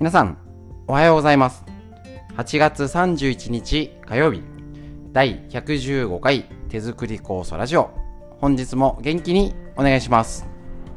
皆さん、おはようございます。8月31日火曜日、第115回手作り酵素ラジオ。本日も元気にお願いします。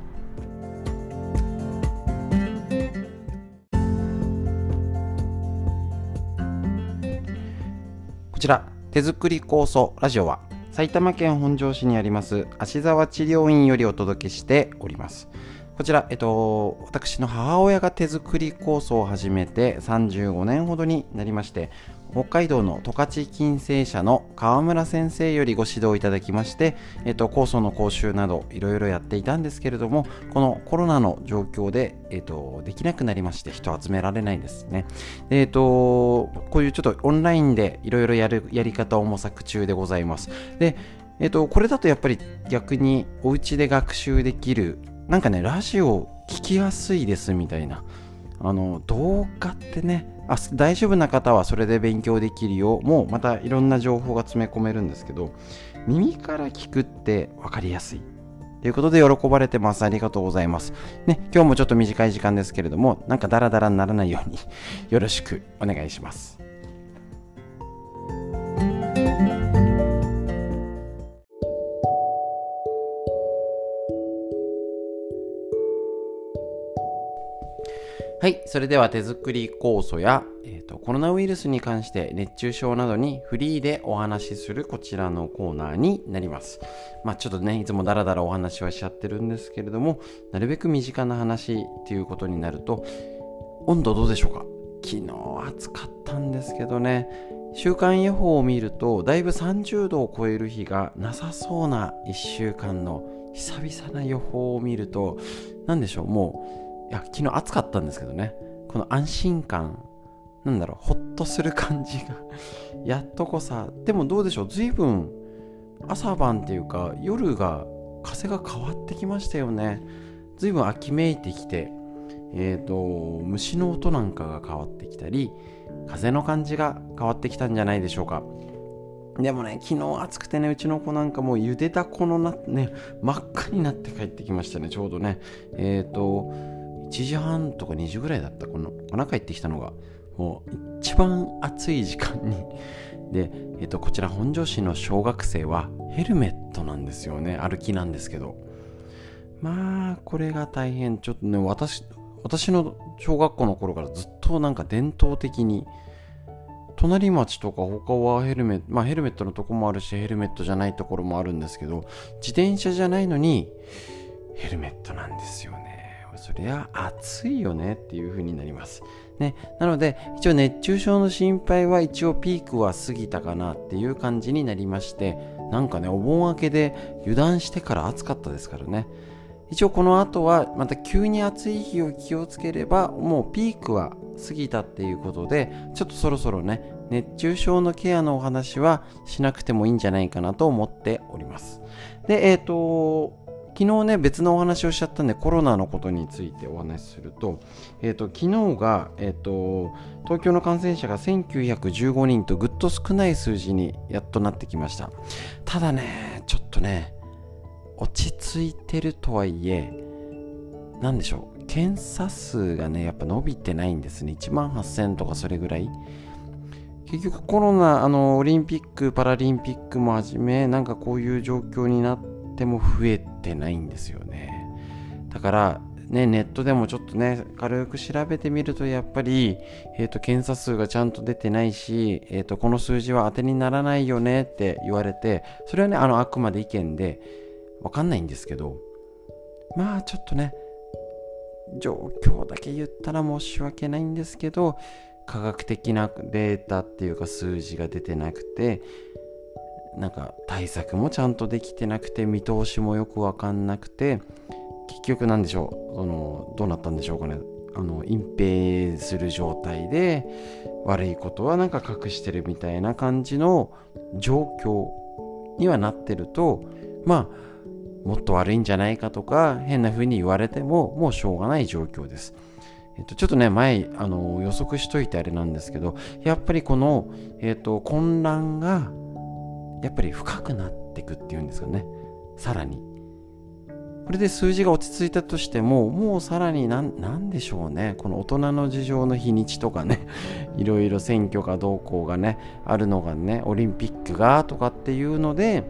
こちら、手作り酵素ラジオは、埼玉県本庄市にあります芦沢治療院よりお届けしております。こちら、私の母親が手作り酵素を始めて35年ほどになりまして、北海道の十勝金星社の川村先生よりご指導いただきまして、酵素の講習などいろいろやっていたんですけれども、このコロナの状況で、できなくなりまして、人集められないんですね。でこういうちょっとオンラインでいろいろやり方を模索中でございます。で、これだとやっぱり逆にお家で学習できる、なんかね、ラジオ聞きやすいですみたいな、動画ってね、大丈夫な方はそれで勉強できるよ、もうまたいろんな情報が詰め込めるんですけど、耳から聞くって分かりやすいということで喜ばれてます。ありがとうございますね。今日もちょっと短い時間ですけれども、なんかダラダラにならないようによろしくお願いします。はい、それでは手作り酵素や、コロナウイルスに関して熱中症などにフリーでお話しするこちらのコーナーになります。ちょっとね、いつもダラダラお話はしちゃってるんですけれども、なるべく身近な話っていうことになると、温度どうでしょうか？昨日暑かったんですけどね、週間予報を見るとだいぶ30度を超える日がなさそうな1週間の久々な予報を見ると、なんでしょう、もう昨日暑かったんですけどね、この安心感、ほっとする感じがやっとこさ。でもどうでしょう、随分朝晩っていうか夜が風が変わってきましたよね。随分秋めいてきて、虫の音なんかが変わってきたり、風の感じが変わってきたんじゃないでしょうか。でもね、昨日暑くてね、うちの子なんかもうゆでだこのね、真っ赤になって帰ってきましたね。ちょうどね、1時半とか2時ぐらいだった、このお腹入ってきたのがもう一番暑い時間にで、こちら本庄市の小学生はヘルメットなんですよね。歩きなんですけど、これが大変。ちょっとね、私の小学校の頃からずっとなんか伝統的に、隣町とか他はヘルメットのとこもあるし、ヘルメットじゃないところもあるんですけど、自転車じゃないのにヘルメットなんですよね。そりゃ暑いよねっていう風になりますね。なので一応熱中症の心配は一応ピークは過ぎたかなっていう感じになりまして、なんかね、お盆明けで油断してから暑かったですからね。一応この後はまた急に暑い日を気をつければ、もうピークは過ぎたっていうことで、ちょっとそろそろね、熱中症のケアのお話はしなくてもいいんじゃないかなと思っております。で、昨日ね、別のお話をしちゃったんで、コロナのことについてお話しすると、昨日が、東京の感染者が1915人とぐっと少ない数字にやっとなってきました。ただね、ちょっとね、落ち着いてるとはいえ、なんでしょう、検査数がね、やっぱ伸びてないんですね。18,000とかそれぐらい。結局コロナ、オリンピック、パラリンピックもはじめ、なんかこういう状況になっても増えてないんですよね。だからね、ネットでもちょっとね、軽く調べてみると、やっぱり、検査数がちゃんと出てないし、この数字は当てにならないよねって言われて、それはね、あくまで意見でわかんないんですけど、ちょっとね、状況だけ言ったら申し訳ないんですけど、科学的なデータっていうか数字が出てなくて、なんか対策もちゃんとできてなくて、見通しもよくわかんなくて、結局なんでしょう、どうなったんでしょうかね。隠蔽する状態で悪いことはなんか隠してるみたいな感じの状況にはなってると、もっと悪いんじゃないかとか変な風に言われてももうしょうがない状況です。ちょっとね、前予測しといてあれなんですけど、やっぱりこの、混乱がやっぱり深くなっていくっていうんですかね。さらにこれで数字が落ち着いたとしても、もうさらになんでしょうね、この大人の事情の日にちとかねいろいろ選挙がどうこうがねあるのがね、オリンピックがとかっていうので、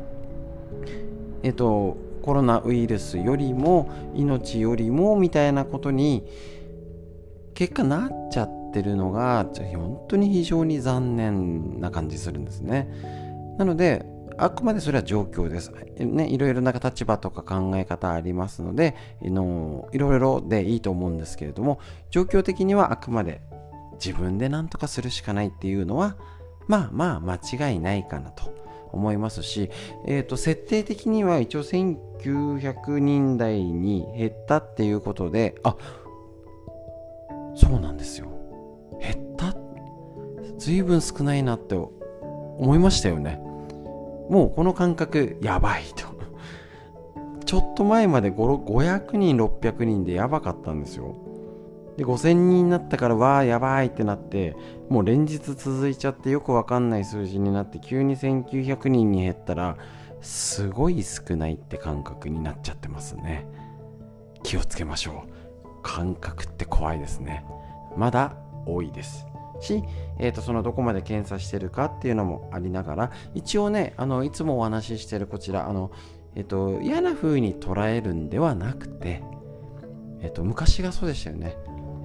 コロナウイルスよりも命よりもみたいなことに結果なっちゃってるのが本当に非常に残念な感じするんですね。なのであくまでそれは状況です、ね、いろいろな立場とか考え方ありますのでいろいろでいいと思うんですけれども、状況的にはあくまで自分で何とかするしかないっていうのはまあ間違いないかなと思いますし、設定的には一応1900人台に減ったっていうことで、そうなんですよ、減った、随分少ないなって思いましたよね。もうこの感覚やばいとちょっと前まで500人600人でやばかったんですよ。で5000人になったからわーやばいってなって、もう連日続いちゃってよくわかんない数字になって、急に1900人に減ったらすごい少ないって感覚になっちゃってますね。気をつけましょう。感覚って怖いですね。まだ多いですし、そのどこまで検査してるかっていうのもありながら、一応ねいつもお話ししてるこちら嫌な風に捉えるんではなくて、昔がそうでしたよね。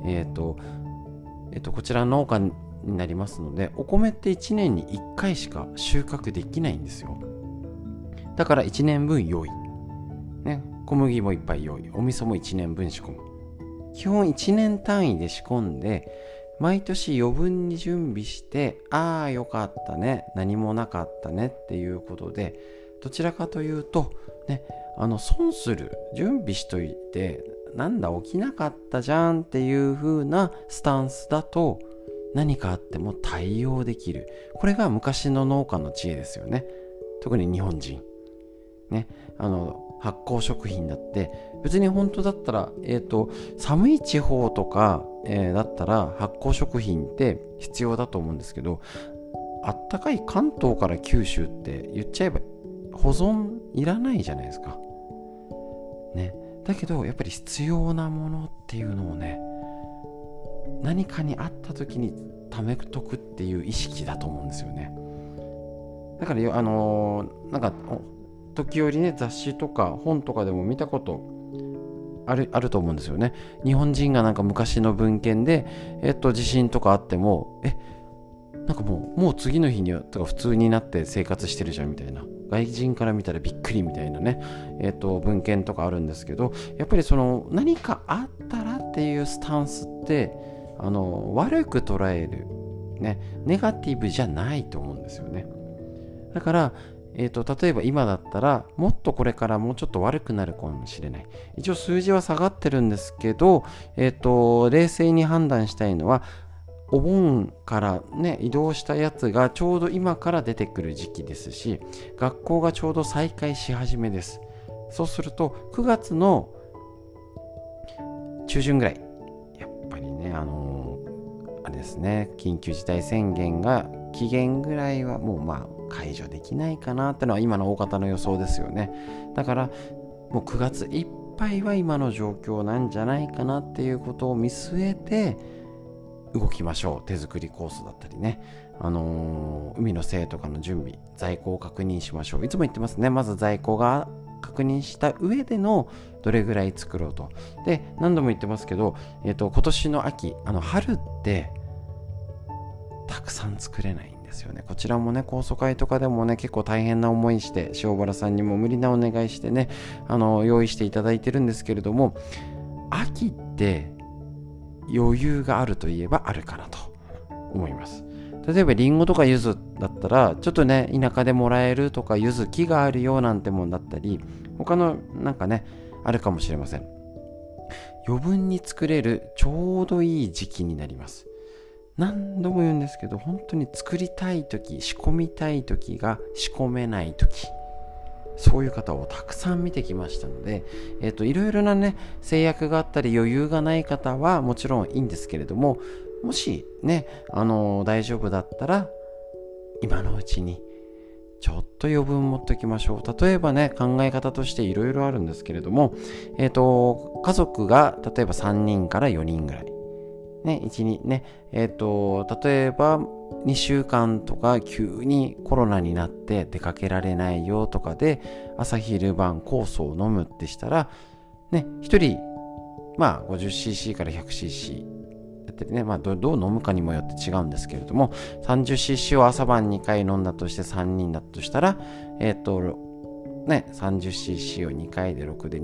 こちら農家になりますので、お米って1年に1回しか収穫できないんですよ。だから1年分用意、ね、小麦もいっぱい用意、お味噌も1年分仕込む。基本1年単位で仕込んで、毎年余分に準備して、よかったね、何もなかったねっていうことで、どちらかというとね、損する、準備しといてなんだ起きなかったじゃんっていう風なスタンスだと、何かあっても対応できる。これが昔の農家の知恵ですよね。特に日本人ね、発酵食品だって別に本当だったら、寒い地方とか、だったら発酵食品って必要だと思うんですけど、あったかい関東から九州って言っちゃえば保存いらないじゃないですかね。だけどやっぱり必要なものっていうのをね、何かにあった時に貯めとくっていう意識だと思うんですよね。だからなんか時折ね、雑誌とか本とかでも見たことあると思うんですよね。日本人がなんか昔の文献で地震とかあってもなんかもう次の日にはとか普通になって生活してるじゃんみたいな、外人から見たらびっくりみたいなね、文献とかあるんですけど、やっぱりその何かあったらっていうスタンスって悪く捉える、ね、ネガティブじゃないと思うんですよね。だから例えば今だったらもっとこれからもうちょっと悪くなるかもしれない。一応数字は下がってるんですけど、冷静に判断したいのは、お盆からね移動したやつがちょうど今から出てくる時期ですし、学校がちょうど再開し始めです。そうすると9月の中旬ぐらい、やっぱりねあれですね、緊急事態宣言が期限ぐらいはもう解除できないかなってのは今の大方の予想ですよね。だからもう9月いっぱいは今の状況なんじゃないかなっていうことを見据えて動きましょう。手作りコースだったりね、海の精とかの準備、在庫を確認しましょう。いつも言ってますね。まず在庫が確認した上でのどれぐらい作ろうと。で何度も言ってますけど、今年の秋春ってたくさん作れないんですよね。こちらもね、高層会とかでもね結構大変な思いして、塩原さんにも無理なお願いしてね用意していただいてるんですけれども、秋って余裕があるといえばあるかなと思います。例えばリンゴとか柚子だったらちょっとね田舎でもらえるとか、柚子木があるよなんてもんだったり、他のなんかねあるかもしれません。余分に作れるちょうどいい時期になります。何度も言うんですけど、本当に作りたい時、仕込みたい時が仕込めない時、そういう方をたくさん見てきましたので、いろいろなね制約があったり余裕がない方はもちろんいいんですけれども、もしね大丈夫だったら今のうちにちょっと余分持っておきましょう。例えばね、考え方としていろいろあるんですけれども、家族が例えば3人から4人ぐらい。ね、1、2ね、例えば2週間とか急にコロナになって出かけられないよとかで、朝昼晩酵素を飲むってしたら、ね、1人、50cc から 100cc。だってね、どう飲むかにもよって違うんですけれども、30cc を朝晩2回飲んだとして3人だとしたら、30cc を2回で6で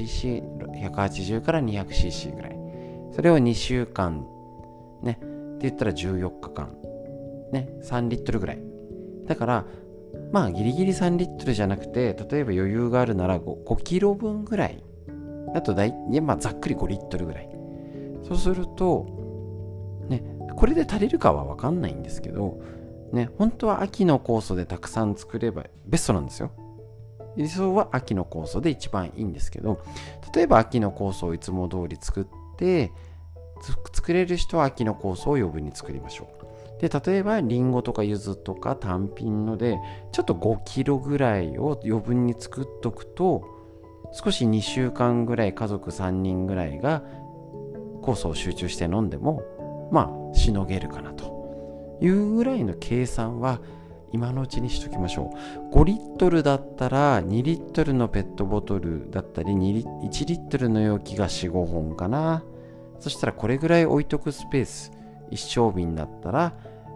200cc、180から 200cc ぐらい。それを2週間、ね、って言ったら14日間、ね、3リットルぐらい。だから、ギリギリ3リットルじゃなくて、例えば余裕があるなら 5キロ分ぐらい。あとざっくり5リットルぐらい。そうすると、ね、これで足りるかは分かんないんですけど、ね、本当は秋の酵素でたくさん作ればベストなんですよ。理想は秋の酵素で一番いいんですけど、例えば秋の酵素をいつも通り作って、作れる人は秋の酵素を余分に作りましょう。で、例えばリンゴとか柚子とか単品のでちょっと5キロぐらいを余分に作っとくと、少し2週間ぐらい家族3人ぐらいが酵素を集中して飲んでもしのげるかなというぐらいの計算は今のうちにしときましょう。5リットルだったら2リットルのペットボトルだったり1リットルの容器が 4,5 本かな。そしたらこれぐらい置いとくスペース、一升瓶だったら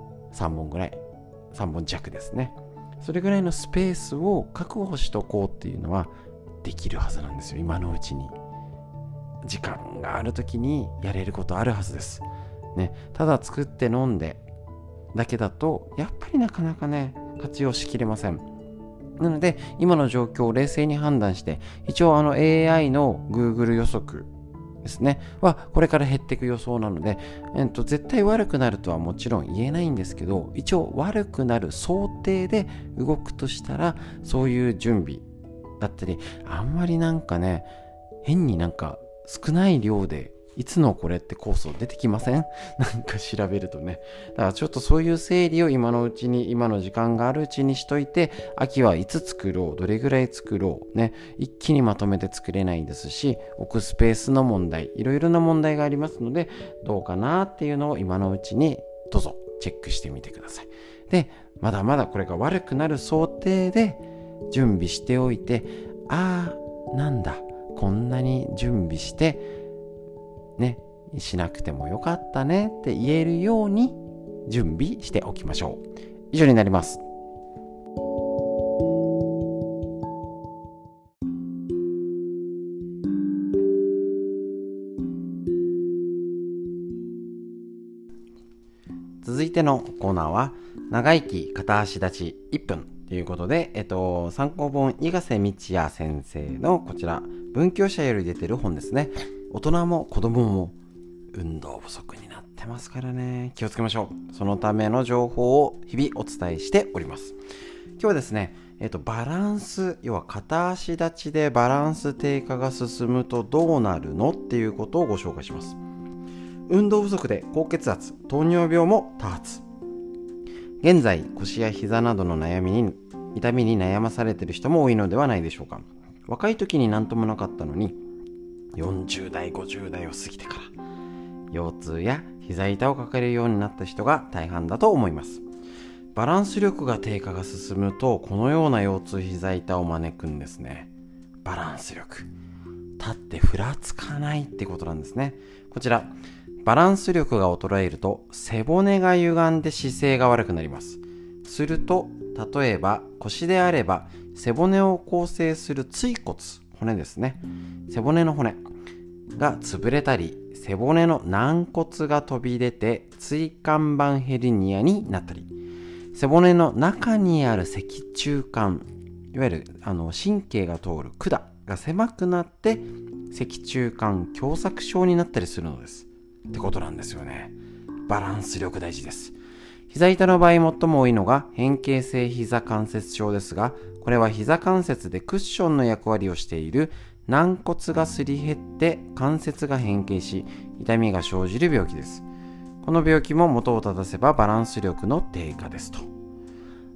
3本ぐらい、3本弱ですね。それぐらいのスペースを確保しとこうっていうのはできるはずなんですよ。今のうちに時間がある時にやれることあるはずですね。ただ作って飲んでだけだとやっぱりなかなかね活用しきれません。なので今の状況を冷静に判断して、一応AI の Google 予測ですねはこれから減っていく予想なので、絶対悪くなるとはもちろん言えないんですけど、一応悪くなる想定で動くとしたら、そういう準備だったり、あんまり変に少ない量でいつのこれって酵素出てきません？調べるとね。だからちょっとそういう整理を今のうちに、今の時間があるうちにしといて、秋はいつ作ろう、どれぐらい作ろうね、一気にまとめて作れないですし、置くスペースの問題、いろいろな問題がありますので、どうかなっていうのを今のうちにどうぞチェックしてみてください。で、まだまだこれが悪くなる想定で準備しておいて、なんだ、こんなに準備してね、しなくてもよかったねって言えるように準備しておきましょう。以上になります。続いてのコーナーは、長生き片足立ち1分ということで、参考本伊賀瀬道也先生のこちら文教社より出てる本ですね。大人も子供も運動不足になってますからね、気をつけましょう。そのための情報を日々お伝えしております。今日はですね、バランス、要は片足立ちでバランス低下が進むとどうなるのっていうことをご紹介します。運動不足で高血圧、糖尿病も多発。現在腰や膝などの痛みに悩まされている人も多いのではないでしょうか。若い時になんともなかったのに40代50代を過ぎてから腰痛や膝痛を抱えるようになった人が大半だと思います。バランス力が低下が進むとこのような腰痛膝痛を招くんですね。バランス力、立ってふらつかないってことなんですね。こちらバランス力が衰えると背骨が歪んで姿勢が悪くなります。すると例えば腰であれば背骨を構成する椎骨、骨ですね、背骨の骨が潰れたり、背骨の軟骨が飛び出て椎間板ヘルニアになったり、背骨の中にある脊柱管、いわゆる神経が通る管が狭くなって脊柱管狭窄症になったりするのですってことなんですよね。バランス力大事です。膝痛の場合最も多いのが変形性膝関節症ですが、これは膝関節でクッションの役割をしている軟骨がすり減って関節が変形し痛みが生じる病気です。この病気も元を正せばバランス力の低下ですと。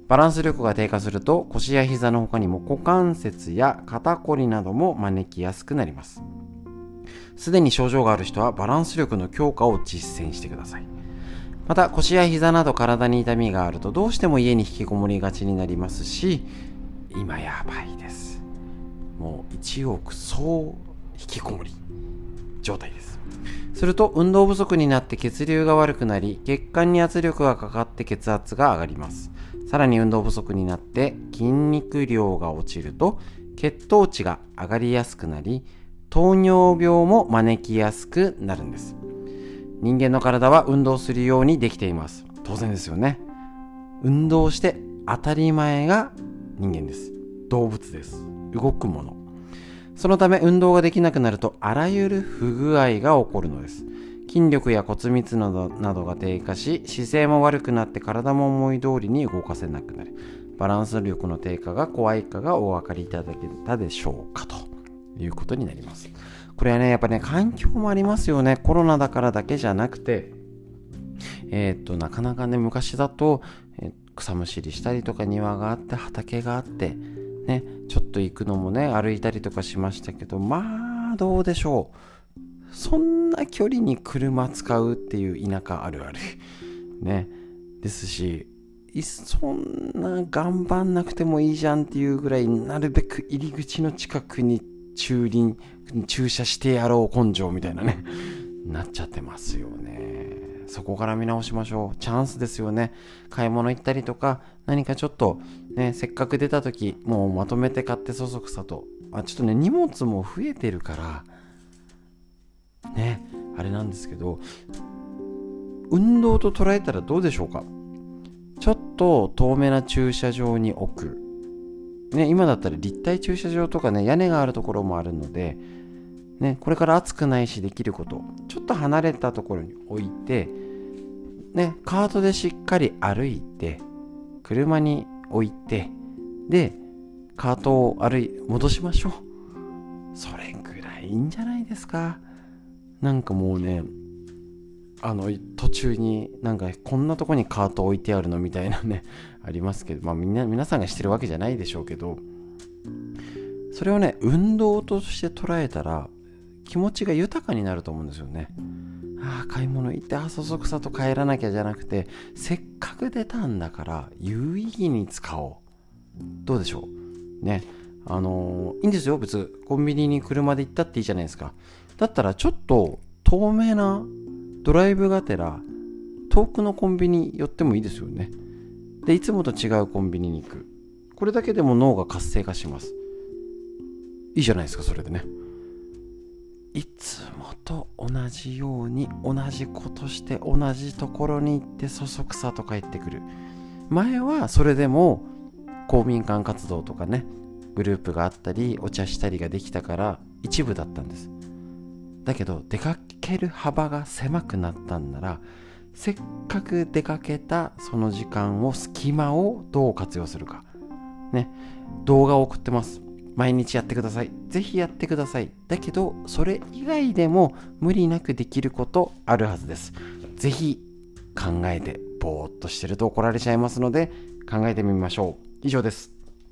バランス力が低下すると腰や膝の他にも股関節や肩こりなども招きやすくなります。すでに症状がある人はバランス力の強化を実践してください。また腰や膝など体に痛みがあるとどうしても家に引きこもりがちになりますし、今やばいです。もう一億総引きこもり状態です。すると運動不足になって血流が悪くなり、血管に圧力がかかって血圧が上がります。さらに運動不足になって筋肉量が落ちると血糖値が上がりやすくなり、糖尿病も招きやすくなるんです。人間の体は運動するようにできています。当然ですよね。運動して当たり前が人間です。動物です。動くもの。そのため運動ができなくなるとあらゆる不具合が起こるのです。筋力や骨密などが低下し、姿勢も悪くなって体も思い通りに動かせなくなる。バランス力の低下が怖いかがお分かりいただけたでしょうかということになります。これはね、やっぱりね、環境もありますよね。コロナだからだけじゃなくて、なかなかね、昔だと、草むしりしたりとか庭があって畑があってね、ちょっと行くのもね、歩いたりとかしましたけど、まあどうでしょう。そんな距離に車使うっていう田舎あるあるね、ですし、そんな頑張んなくてもいいじゃんっていうぐらい、なるべく入り口の近くに駐車してやろう根性みたいなねなっちゃってますよね。そこから見直しましょう。チャンスですよね。買い物行ったりとか、何かちょっとね、せっかく出た時もうまとめて買ってそそくさと、ちょっとね、荷物も増えてるからね、あれなんですけど、運動と捉えたらどうでしょうか。ちょっと遠めな駐車場に置くね、今だったら立体駐車場とかね、屋根があるところもあるのでね、これから暑くないしできること、ちょっと離れたところに置いてね、カートでしっかり歩いて車に置いて、でカートを戻しましょう。それぐらいいいんじゃないですか。なんかもうね、途中になんかこんなとこにカート置いてあるのみたいなねありますけど、皆さんがしてるわけじゃないでしょうけど、それをね、運動として捉えたら気持ちが豊かになると思うんですよね。買い物行ってそそくさと帰らなきゃじゃなくて、せっかく出たんだから有意義に使おう。どうでしょうね。いいんですよ、別にコンビニに車で行ったっていいじゃないですか。だったらちょっと透明なドライブがてら遠くのコンビニ寄ってもいいですよね。でいつもと違うコンビニに行く。これだけでも脳が活性化します。いいじゃないですか。それでね、いつもと同じように同じことして同じところに行ってそそくさと帰ってくる。前はそれでも公民館活動とかね、グループがあったりお茶したりができたから一部だったんです。だけど出かける幅が狭くなったんなら、せっかく出かけたその時間を、隙間をどう活用するかね。動画を送ってます。毎日やってください。ぜひやってください。だけどそれ以外でも無理なくできることあるはずです。ぜひ考えて、ぼーっとしてると怒られちゃいますので考えてみましょう。以上です。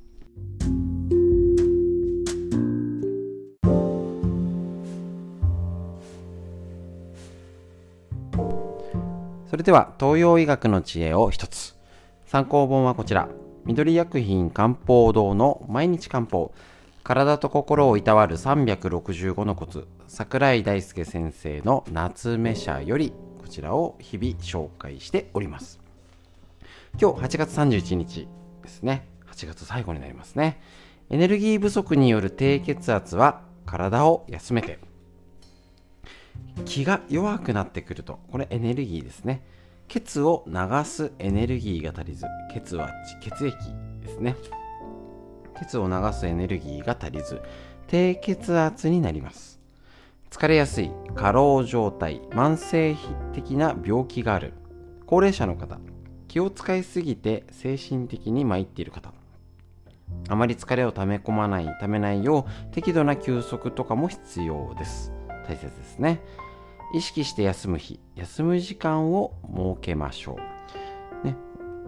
それでは東洋医学の知恵を一つ。参考本はこちら、緑薬品漢方堂の毎日漢方、体と心をいたわる365のコツ、櫻井大輔先生の夏目社より、こちらを日々紹介しております。今日8月31日ですね。8月最後になりますね。エネルギー不足による低血圧は体を休めて、気が弱くなってくると、これエネルギーですね。血を流すエネルギーが足りず、血は血液ですね。血を流すエネルギーが足りず、低血圧になります。疲れやすい、過労状態、慢性的な病気がある、高齢者の方、気を使いすぎて精神的に参っている方、あまり疲れをためないよう適度な休息とかも必要です。大切ですね。意識して休む日、休む時間を設けましょう。ね、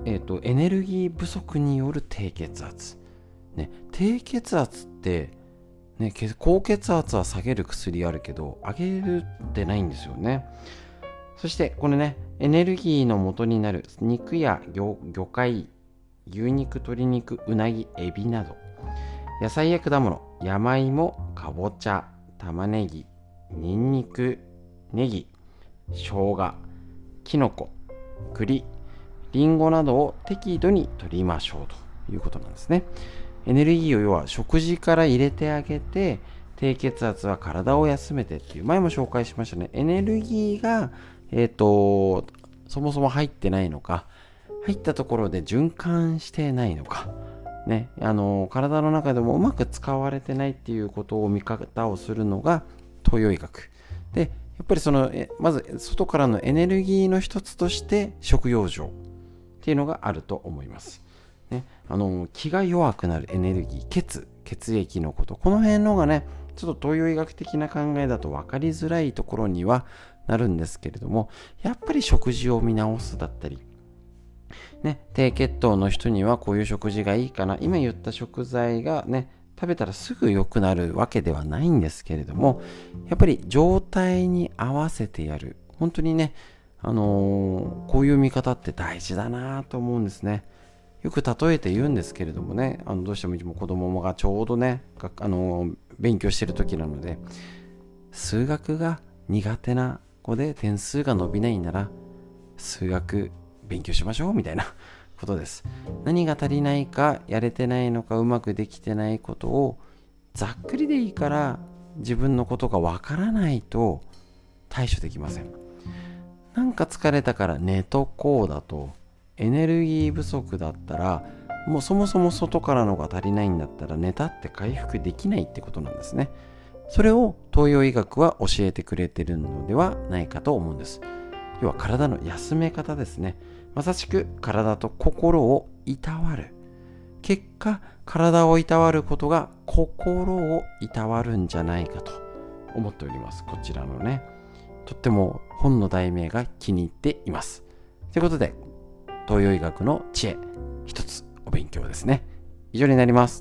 エネルギー不足による低血圧。ね、低血圧って、ね、高血圧は下げる薬あるけど、上げるってないんですよね。そして、これね、エネルギーの元になる肉や魚介、牛肉、鶏肉、うなぎ、エビなど、野菜や果物、山芋、かぼちゃ、玉ねぎ、にんにく、ネギ、生姜、きのこ、栗、りんごなどを適度に摂りましょうということなんですね。エネルギーを要は食事から入れてあげて、低血圧は体を休めてっていう、前も紹介しましたね。エネルギーが、そもそも入ってないのか、入ったところで循環してないのか、ね、体の中でもうまく使われてないっていうことを見方をするのが東洋医学で、やっぱりまず外からのエネルギーの一つとして食用状っていうのがあると思います、ね、気が弱くなるエネルギー、血液のこと、この辺のがねちょっと東洋医学的な考えだと分かりづらいところにはなるんですけれども、やっぱり食事を見直すだったりね、低血糖の人にはこういう食事がいいかな、今言った食材がね食べたらすぐ良くなるわけではないんですけれども、やっぱり状態に合わせてやる、本当にね、こういう見方って大事だなと思うんですね。よく例えて言うんですけれどもね、どうしても子供がちょうどね勉強してる時なので、数学が苦手な子で点数が伸びないなら数学勉強しましょうみたいなことです。何が足りないか、やれてないのか、うまくできてないことをざっくりでいいから自分のことがわからないと対処できません。なんか疲れたから寝とこうだと、エネルギー不足だったら、もうそもそも外からのが足りないんだったら寝たって回復できないってことなんですね。それを東洋医学は教えてくれてるのではないかと思うんです。要は体の休め方ですね。まさしく体と心をいたわる。結果、体をいたわることが心をいたわるんじゃないかと思っております。こちらのね、とっても本の題名が気に入っています。ということで、東洋医学の知恵、一つお勉強ですね。以上になります。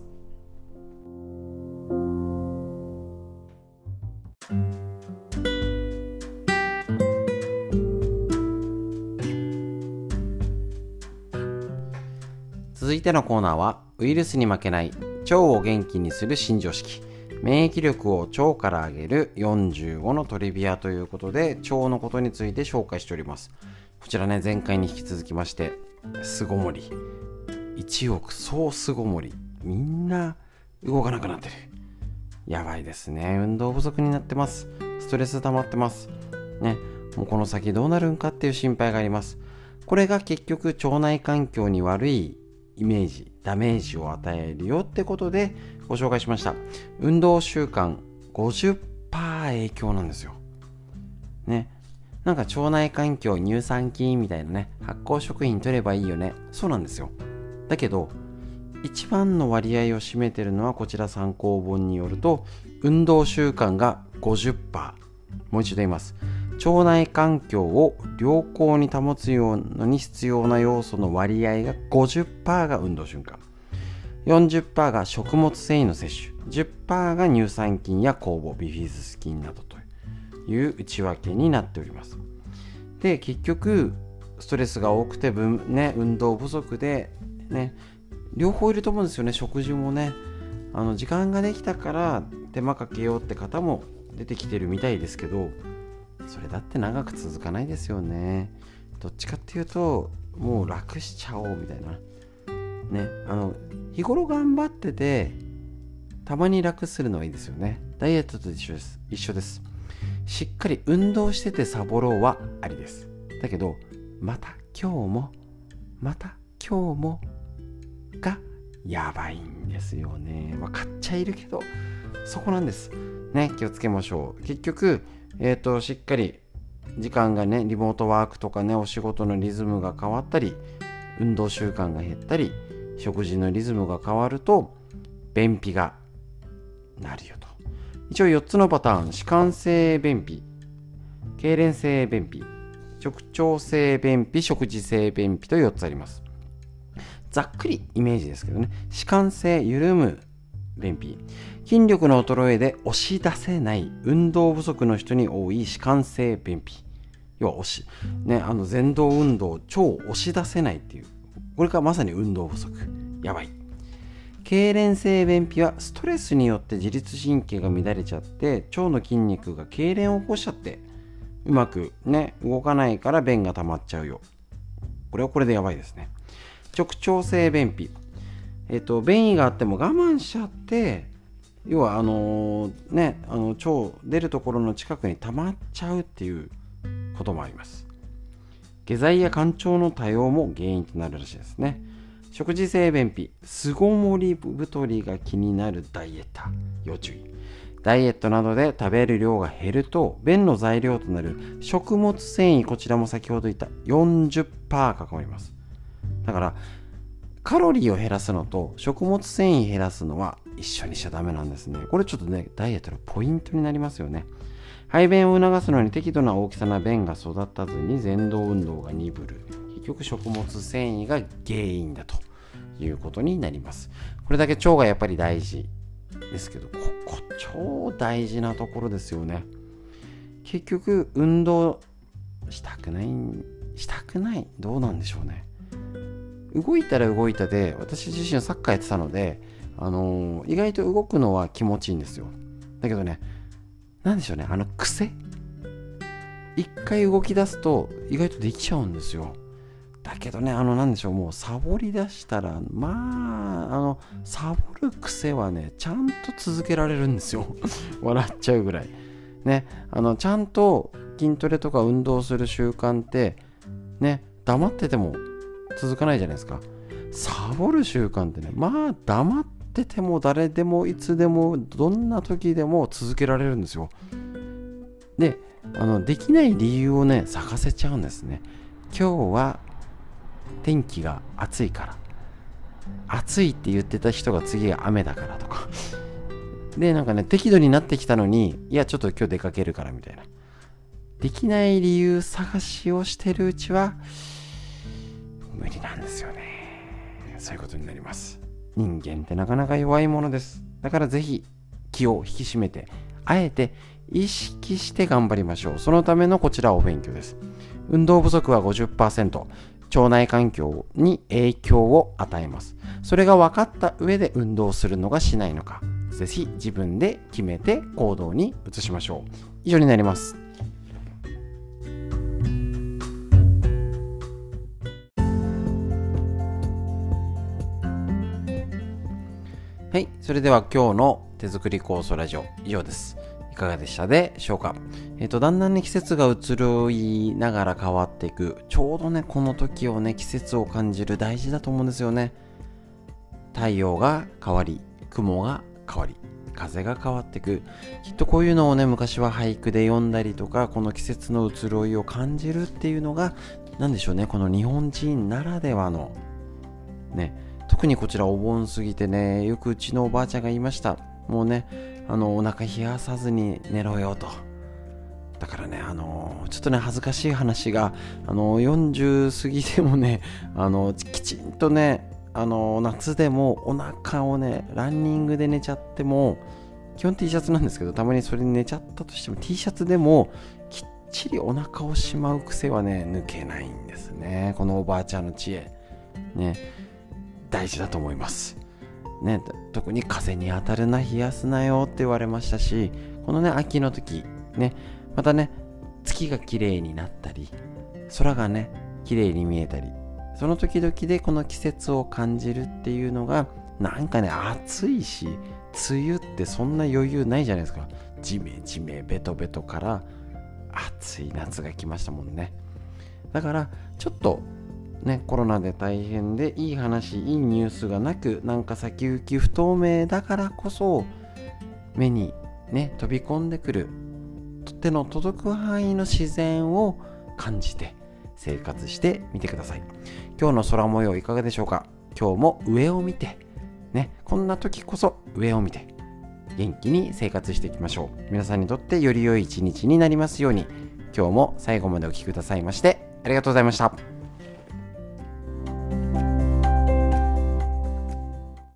続いてのコーナーは、ウイルスに負けない腸を元気にする新常識、免疫力を腸から上げる45のトリビアということで、腸のことについて紹介しております。こちらね、前回に引き続きまして、巣ごもり、1億総巣ごもり、みんな動かなくなってる。やばいですね。運動不足になってます。ストレス溜まってますね。もうこの先どうなるんかっていう心配があります。これが結局腸内環境に悪いイメージ、ダメージを与えるよってことでご紹介しました。運動習慣 50% 影響なんですよ。ね。なんか腸内環境、乳酸菌みたいなね、発酵食品取ればいいよね。そうなんですよ。だけど、一番の割合を占めてるのはこちら参考本によると、運動習慣が 50%。もう一度言います。腸内環境を良好に保つのに必要な要素の割合が 50% が運動習慣、40% が食物繊維の摂取、10% が乳酸菌や酵母、ビフィズス菌などという内訳になっております。で、結局ストレスが多くて運動不足でね、両方いると思うんですよね。食事もね、時間ができたから手間かけようって方も出てきてるみたいですけど、それだって長く続かないですよね。どっちかっていうともう楽しちゃおうみたいなね。日頃頑張っててたまに楽するのはいいですよね。ダイエットと一緒です。しっかり運動しててサボろうはありです。だけどまた今日もがやばいんですよね。分かっちゃいるけどそこなんですね。気をつけましょう。結局しっかり時間がね、リモートワークとかね、お仕事のリズムが変わったり、運動習慣が減ったり、食事のリズムが変わると便秘がなるよと。一応4つのパターン、弛緩性便秘、痙攣性便秘、直腸性便秘、食事性便秘と4つあります。 ざっくりイメージですけどね、弛緩性緩む便秘。筋力の衰えで押し出せない運動不足の人に多い弛緩性便秘。要は前動運動を超押し出せないっていう、これがまさに運動不足。やばい。痙攣性便秘はストレスによって自律神経が乱れちゃって腸の筋肉が痙攣を起こしちゃってうまくね動かないから便が溜まっちゃうよ。これはこれでやばいですね。直腸性便秘。便意があっても我慢しちゃって、要は腸出るところの近くに溜まっちゃうっていうこともあります。下剤や肝腸の多様も原因となるらしいですね。食事性便秘。巣ごもり太りが気になるダイエッター、要注意。ダイエットなどで食べる量が減ると便の材料となる食物繊維、こちらも先ほど言った 40% 関わります。だからカロリーを減らすのと食物繊維減らすのは一緒にしちゃダメなんですね。これちょっとねダイエットのポイントになりますよね。排便を促すのに適度な大きさな便が育たずに前動運動が鈍る。結局食物繊維が原因だということになります。これだけ腸がやっぱり大事ですけど、ここ超大事なところですよね。結局運動したくないどうなんでしょうね。動いたら動いたで、私自身サッカーやってたので、意外と動くのは気持ちいいんですよ。だけどね、なんでしょうね、癖一回動き出すと意外とできちゃうんですよ。だけどね、なんでしょう、もうサボり出したら、サボる癖はね、ちゃんと続けられるんですよ。笑っちゃうぐらい。ね、ちゃんと筋トレとか運動する習慣って、ね、黙ってても続かないじゃないですか。サボる習慣ってね、黙ってても誰でもいつでもどんな時でも続けられるんですよ。で、できない理由をね、探せちゃうんですね。今日は天気が暑いから、暑いって言ってた人が次が雨だからとかで、なんかね適度になってきたのに、いやちょっと今日出かけるからみたいな、できない理由探しをしてるうちは無理なんですよね。そういうことになります。人間ってなかなか弱いものです。だからぜひ気を引き締めて、あえて意識して頑張りましょう。そのためのこちらお勉強です。運動不足は 50%、腸内環境に影響を与えます。それが分かった上で運動するのかしないのか、ぜひ自分で決めて行動に移しましょう。以上になります。はい、それでは今日の手作り酵素ラジオ以上です。いかがでしたでしょうか。だんだんね季節が移ろいながら変わっていく、ちょうどねこの時をね季節を感じる大事だと思うんですよね。太陽が変わり、雲が変わり、風が変わっていく。きっとこういうのをね昔は俳句で読んだりとか、この季節の移ろいを感じるっていうのがなんでしょうね、この日本人ならではのね、特にこちらお盆過ぎてね、よくうちのおばあちゃんが言いました。もうねお腹冷やさずに寝ろよと。だからねちょっとね恥ずかしい話が40過ぎてもねきちんとね夏でもお腹をねランニングで寝ちゃっても、基本 T シャツなんですけど、たまにそれに寝ちゃったとしても T シャツでもきっちりお腹をしまう癖はね抜けないんですね。このおばあちゃんの知恵ね、大事だと思いますね。特に風に当たるな、冷やすなよって言われましたし、このね秋の時ね、またね月が綺麗になったり空がね綺麗に見えたり、その時々でこの季節を感じるっていうのが、なんかね暑いし梅雨ってそんな余裕ないじゃないですか。ジメジメベトベトから暑い夏が来ましたもんね。だからちょっとねコロナで大変でいい話、いいニュースがなく、なんか先行き不透明だからこそ目にね飛び込んでくる手の届く範囲の自然を感じて生活してみてください。今日の空模様いかがでしょうか。今日も上を見てね、こんな時こそ上を見て元気に生活していきましょう。皆さんにとってより良い一日になりますように。今日も最後までお聞きくださいましてありがとうございました。